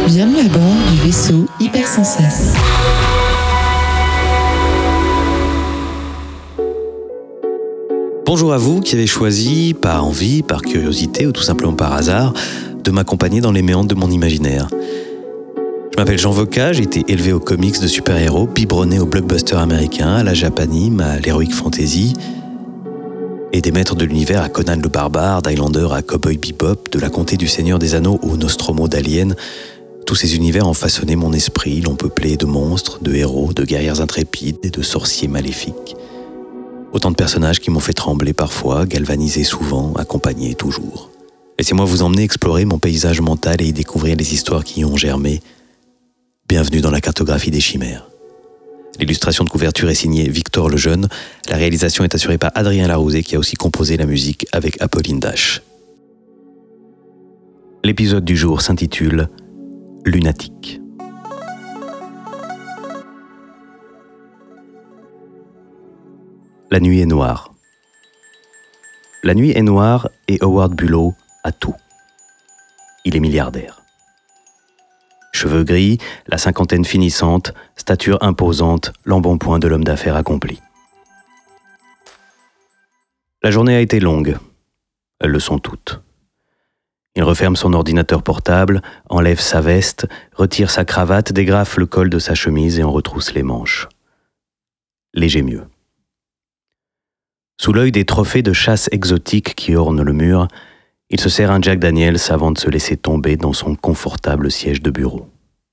Bienvenue à bord du vaisseau Hypersensas. Bonjour à vous qui avez choisi, par envie, par curiosité ou tout simplement par hasard, de m'accompagner dans les méandres de mon imaginaire. Je m'appelle Jean Voca, j'ai été élevé aux comics de super-héros, biberonné aux blockbusters américains, à la Japanime, à l'heroic fantasy, et des maîtres de l'univers à Conan le Barbare, d'Highlander à Cowboy Bebop, de la Comté du Seigneur des Anneaux au Nostromo d'Alien. Tous ces univers ont façonné mon esprit, l'ont peuplé de monstres, de héros, de guerrières intrépides et de sorciers maléfiques. Autant de personnages qui m'ont fait trembler parfois, galvaniser souvent, accompagner toujours. Laissez-moi vous emmener explorer mon paysage mental et y découvrir les histoires qui y ont germé. Bienvenue dans la cartographie des chimères. L'illustration de couverture est signée Victor Lejeune. La réalisation est assurée par Adrien Larousé qui a aussi composé la musique avec Apolline Dash. L'épisode du jour s'intitule Lunatique. La nuit est noire. La nuit est noire et Howard Bullough a tout. Il est milliardaire. Cheveux gris, la cinquantaine finissante, stature imposante, l'embonpoint de l'homme d'affaires accompli. La journée a été longue. Elles le sont toutes. Il referme son ordinateur portable, enlève sa veste, retire sa cravate, dégrafe le col de sa chemise et en retrousse les manches. Léger mieux. Sous l'œil des trophées de chasse exotiques qui ornent le mur, il se sert un Jack Daniels avant de se laisser tomber dans son confortable siège de bureau.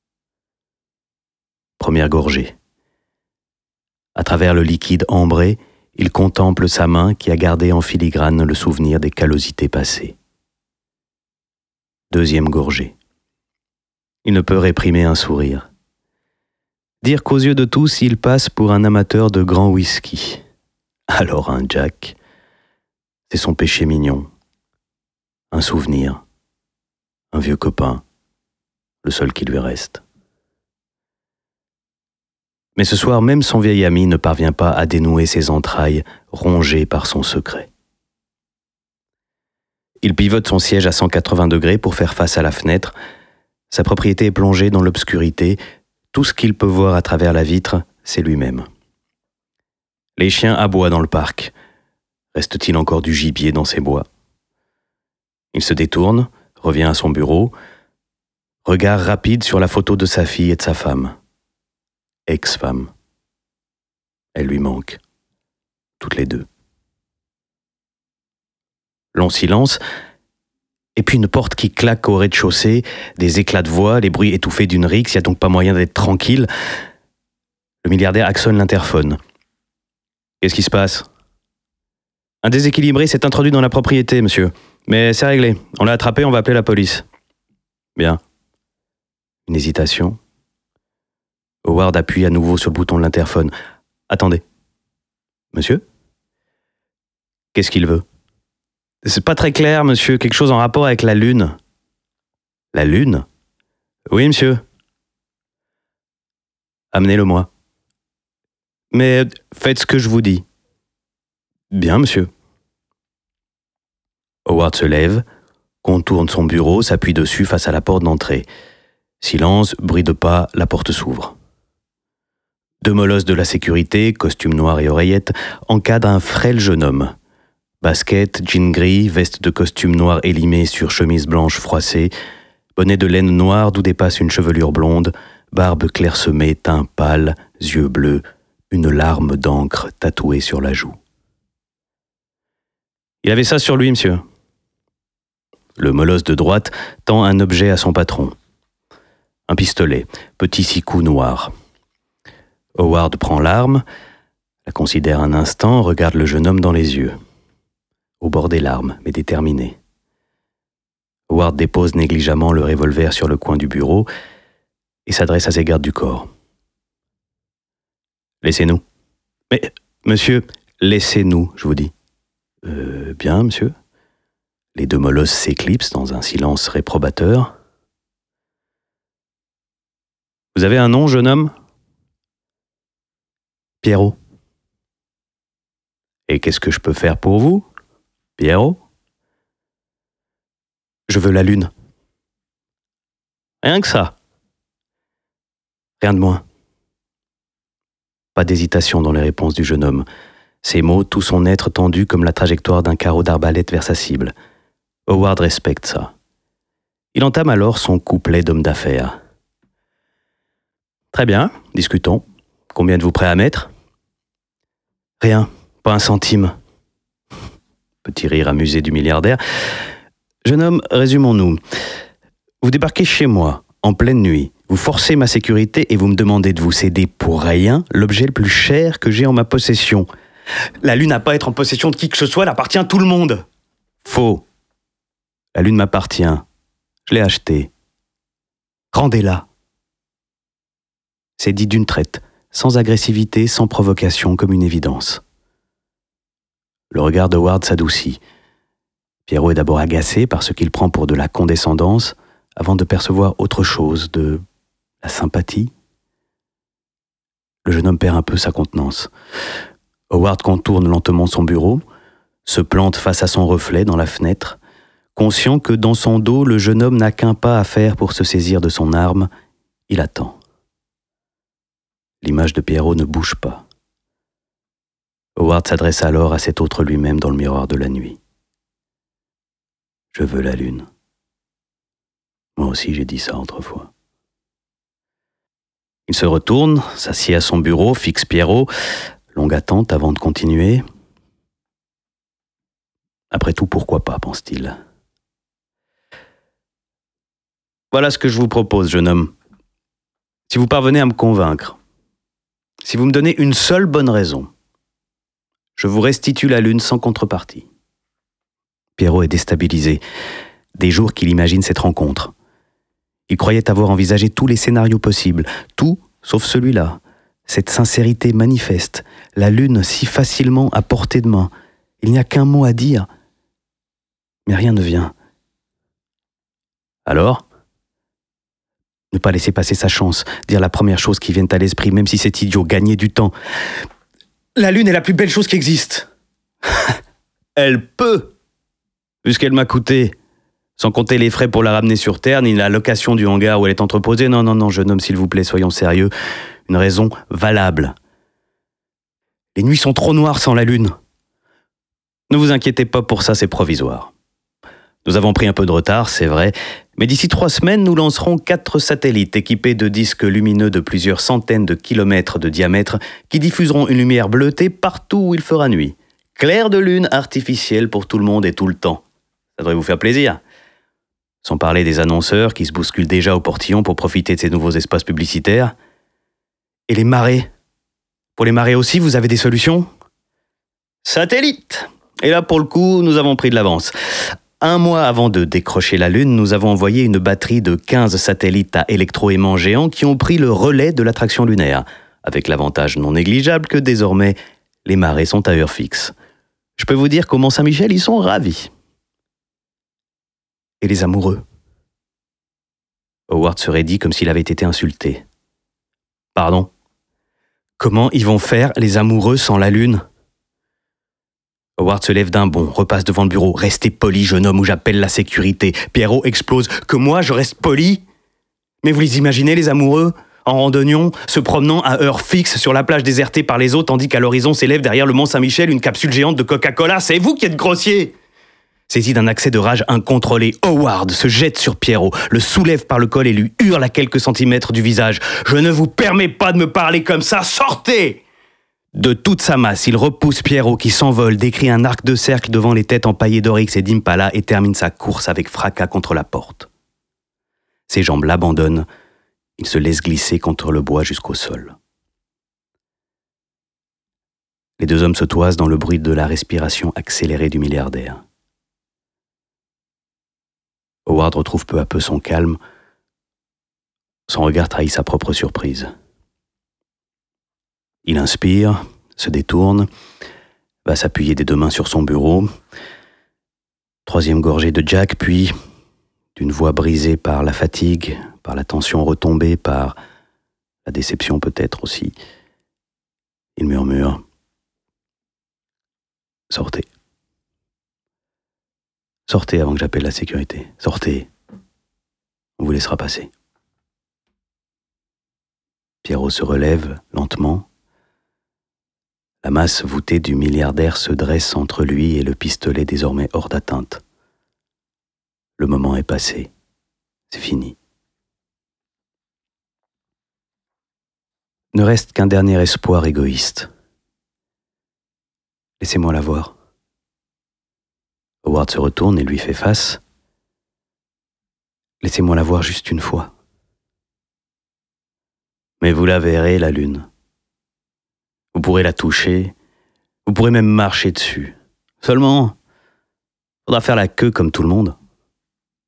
Première gorgée. À travers le liquide ambré, il contemple sa main qui a gardé en filigrane le souvenir des callosités passées. Deuxième gorgée. Il ne peut réprimer un sourire. Dire qu'aux yeux de tous, il passe pour un amateur de grand whisky. Alors un Jack, c'est son péché mignon. Un souvenir, un vieux copain, le seul qui lui reste. Mais ce soir, même son vieil ami ne parvient pas à dénouer ses entrailles rongées par son secret. Il pivote son siège à 180 degrés pour faire face à la fenêtre. Sa propriété est plongée dans l'obscurité. Tout ce qu'il peut voir à travers la vitre, c'est lui-même. Les chiens aboient dans le parc. Reste-t-il encore du gibier dans ces bois ? Il se détourne, revient à son bureau. Regard rapide sur la photo de sa fille et de sa femme. Ex-femme. Elle lui manque. Toutes les deux. Long silence, et puis une porte qui claque au rez-de-chaussée, des éclats de voix, les bruits étouffés d'une rixe, il n'y a donc pas moyen d'être tranquille. Le milliardaire actionne l'interphone. Qu'est-ce qui se passe ? Un déséquilibré s'est introduit dans la propriété, monsieur. Mais c'est réglé. On l'a attrapé, on va appeler la police. Bien. Une hésitation. Howard appuie à nouveau sur le bouton de l'interphone. Attendez. Monsieur ? Qu'est-ce qu'il veut ? C'est pas très clair, monsieur. Quelque chose en rapport avec la Lune. La Lune ? Oui, monsieur. Amenez-le-moi. Mais faites ce que je vous dis. Bien, monsieur. Howard se lève, contourne son bureau, s'appuie dessus face à la porte d'entrée. Silence, bruit de pas, la porte s'ouvre. Deux molosses de la sécurité, costume noir et oreillettes, encadrent un frêle jeune homme. Basket, jean gris, veste de costume noir élimé sur chemise blanche froissée, bonnet de laine noire d'où dépasse une chevelure blonde, barbe clairsemée, teint pâle, yeux bleus, une larme d'encre tatouée sur la joue. Il avait ça sur lui, monsieur. Le molosse de droite tend un objet à son patron. Un pistolet, petit 6 coups noir. Howard prend l'arme, la considère un instant, regarde le jeune homme dans les yeux. Au bord des larmes, mais déterminé. Howard dépose négligemment le revolver sur le coin du bureau et s'adresse à ses gardes du corps. « Laissez-nous. »« Mais, monsieur, laissez-nous, je vous dis. »« Bien, monsieur. » Les deux molosses s'éclipsent dans un silence réprobateur. « Vous avez un nom, jeune homme ? » « Pierrot. »« Et qu'est-ce que je peux faire pour vous, Pierrot ? » « Je veux la Lune. »« Rien que ça. Rien de moins. Pas d'hésitation dans les réponses du jeune homme. Ses mots, tout son être tendu comme la trajectoire d'un carreau d'arbalète vers sa cible. Howard respecte ça. Il entame alors son couplet d'homme d'affaires. Très bien, discutons. Combien êtes-vous prêt à mettre ? Rien, pas un centime. Petit rire amusé du milliardaire. Jeune homme, résumons-nous. Vous débarquez chez moi, en pleine nuit. Vous forcez ma sécurité et vous me demandez de vous céder pour rien l'objet le plus cher que j'ai en ma possession. La lune n'a pas à être en possession de qui que ce soit, elle appartient à tout le monde. Faux. La lune m'appartient. Je l'ai achetée. Rendez-la. C'est dit d'une traite, sans agressivité, sans provocation, comme une évidence. Le regard d'Howard s'adoucit. Pierrot est d'abord agacé par ce qu'il prend pour de la condescendance, avant de percevoir autre chose, de la sympathie. Le jeune homme perd un peu sa contenance. Howard contourne lentement son bureau, se plante face à son reflet dans la fenêtre, conscient que dans son dos, le jeune homme n'a qu'un pas à faire pour se saisir de son arme. Il attend. L'image de Pierrot ne bouge pas. Howard s'adresse alors à cet autre lui-même dans le miroir de la nuit. Je veux la lune. Moi aussi j'ai dit ça autrefois. Il se retourne, s'assied à son bureau, fixe Pierrot. Longue attente avant de continuer. Après tout, pourquoi pas, pense-t-il. Voilà ce que je vous propose, jeune homme. Si vous parvenez à me convaincre, si vous me donnez une seule bonne raison, je vous restitue la lune sans contrepartie. Pierrot est déstabilisé. Des jours qu'il imagine cette rencontre. Il croyait avoir envisagé tous les scénarios possibles, tout sauf celui-là. Cette sincérité manifeste, la lune si facilement à portée de main. Il n'y a qu'un mot à dire, mais rien ne vient. Alors ? Ne pas laisser passer sa chance, dire la première chose qui vient à l'esprit, même si c'est idiot, gagner du temps. La lune est la plus belle chose qui existe. Elle peut, vu ce qu'elle m'a coûté. Sans compter les frais pour la ramener sur Terre, ni la location du hangar où elle est entreposée. Non, jeune homme, s'il vous plaît, soyons sérieux. Une raison valable. Les nuits sont trop noires sans la lune. Ne vous inquiétez pas pour ça, c'est provisoire. Nous avons pris un peu de retard, c'est vrai, mais d'ici 3 semaines, nous lancerons 4 satellites équipés de disques lumineux de plusieurs centaines de kilomètres de diamètre qui diffuseront une lumière bleutée partout où il fera nuit. Clair de lune artificielle pour tout le monde et tout le temps. Ça devrait vous faire plaisir. Sans parler des annonceurs qui se bousculent déjà au portillon pour profiter de ces nouveaux espaces publicitaires. Et les marées. Pour les marées aussi, vous avez des solutions ? Satellite ! Et là, pour le coup, nous avons pris de l'avance. 1 mois avant de décrocher la Lune, nous avons envoyé une batterie de 15 satellites à électroaimants géants qui ont pris le relais de l'attraction lunaire, avec l'avantage non négligeable que désormais, les marées sont à heure fixe. Je peux vous dire qu'au Mont-Saint-Michel, ils sont ravis. Et les amoureux ? Howard se raidit comme s'il avait été insulté. Pardon ? Comment ils vont faire, les amoureux, sans la Lune ? Howard se lève d'un bond, repasse devant le bureau. « Restez poli, jeune homme, ou j'appelle la sécurité. » Pierrot explose. « Que moi, je reste poli ? Mais vous les imaginez, les amoureux ? En randonnion, se promenant à heure fixe sur la plage désertée par les eaux, tandis qu'à l'horizon s'élève derrière le Mont-Saint-Michel une capsule géante de Coca-Cola. C'est vous qui êtes grossier !» Saisi d'un accès de rage incontrôlé, Howard se jette sur Pierrot, le soulève par le col et lui hurle à quelques centimètres du visage. « Je ne vous permets pas de me parler comme ça, sortez !» De toute sa masse, il repousse Pierrot qui s'envole, décrit un arc de cercle devant les têtes empaillées d'Oryx et d'Impala et termine sa course avec fracas contre la porte. Ses jambes l'abandonnent, il se laisse glisser contre le bois jusqu'au sol. Les 2 hommes se toisent dans le bruit de la respiration accélérée du milliardaire. Howard retrouve peu à peu son calme. Son regard trahit sa propre surprise. Il inspire, se détourne, va s'appuyer des 2 mains sur son bureau. 3e gorgée de Jack, puis, d'une voix brisée par la fatigue, par la tension retombée, par la déception peut-être aussi, il murmure « Sortez. Sortez avant que j'appelle la sécurité. Sortez. On vous laissera passer. » Pierrot se relève lentement. La masse voûtée du milliardaire se dresse entre lui et le pistolet désormais hors d'atteinte. Le moment est passé. C'est fini. Ne reste qu'un dernier espoir égoïste. Laissez-moi la voir. Howard se retourne et lui fait face. Laissez-moi la voir juste une fois. Mais vous la verrez, la lune. Vous pourrez la toucher, vous pourrez même marcher dessus. Seulement, faudra faire la queue comme tout le monde. Pardon ?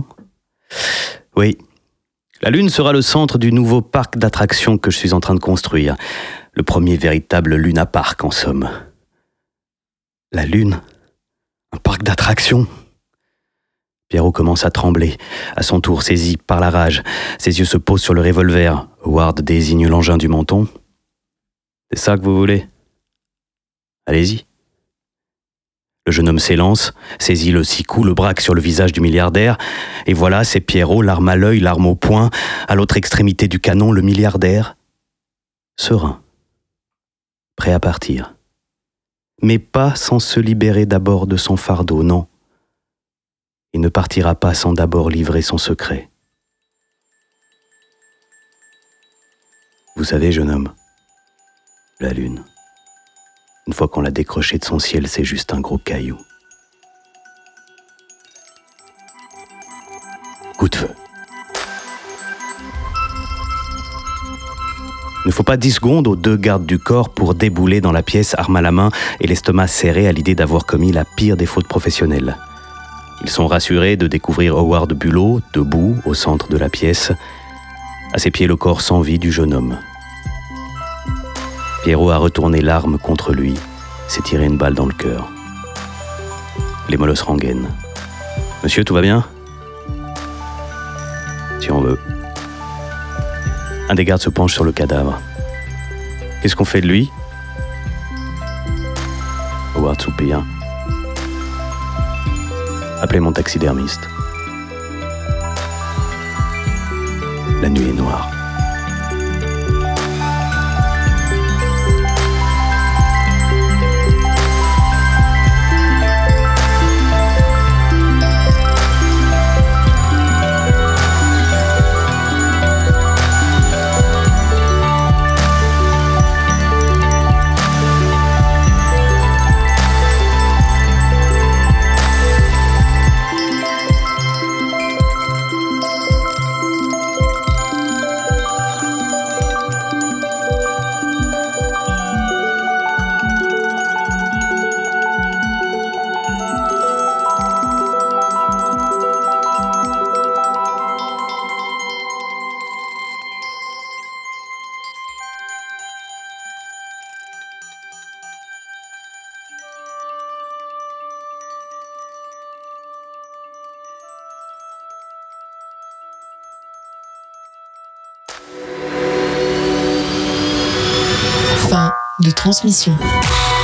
Oui. La lune sera le centre du nouveau parc d'attractions que je suis en train de construire. Le premier véritable Luna Park, en somme. La lune ? Un parc d'attractions ? Pierrot commence à trembler. À son tour, saisi par la rage, ses yeux se posent sur le revolver. Howard désigne l'engin du menton. C'est ça que vous voulez ? Allez-y. Le jeune homme s'élance, saisit le 6 coups, le braque sur le visage du milliardaire, et voilà, c'est Pierrot, l'arme à l'œil, l'arme au poing, à l'autre extrémité du canon, le milliardaire, serein, prêt à partir. Mais pas sans se libérer d'abord de son fardeau, non. Il ne partira pas sans d'abord livrer son secret. Vous savez, jeune homme, la lune, une fois qu'on l'a décrochée de son ciel, c'est juste un gros caillou. Coup de feu. Il ne faut pas 10 secondes aux 2 gardes du corps pour débouler dans la pièce, arme à la main et l'estomac serré à l'idée d'avoir commis la pire des fautes professionnelles. Ils sont rassurés de découvrir Howard Bulot, debout, au centre de la pièce, à ses pieds le corps sans vie du jeune homme. Pierrot a retourné l'arme contre lui, s'est tiré une balle dans le cœur. Les molosses rengainent. « Monsieur, tout va bien ?» Si on veut. Un des gardes se penche sur le cadavre. « Qu'est-ce qu'on fait de lui ?» Howard soupire. « Appelez mon taxidermiste. » La nuit est noire. Fin de transmission.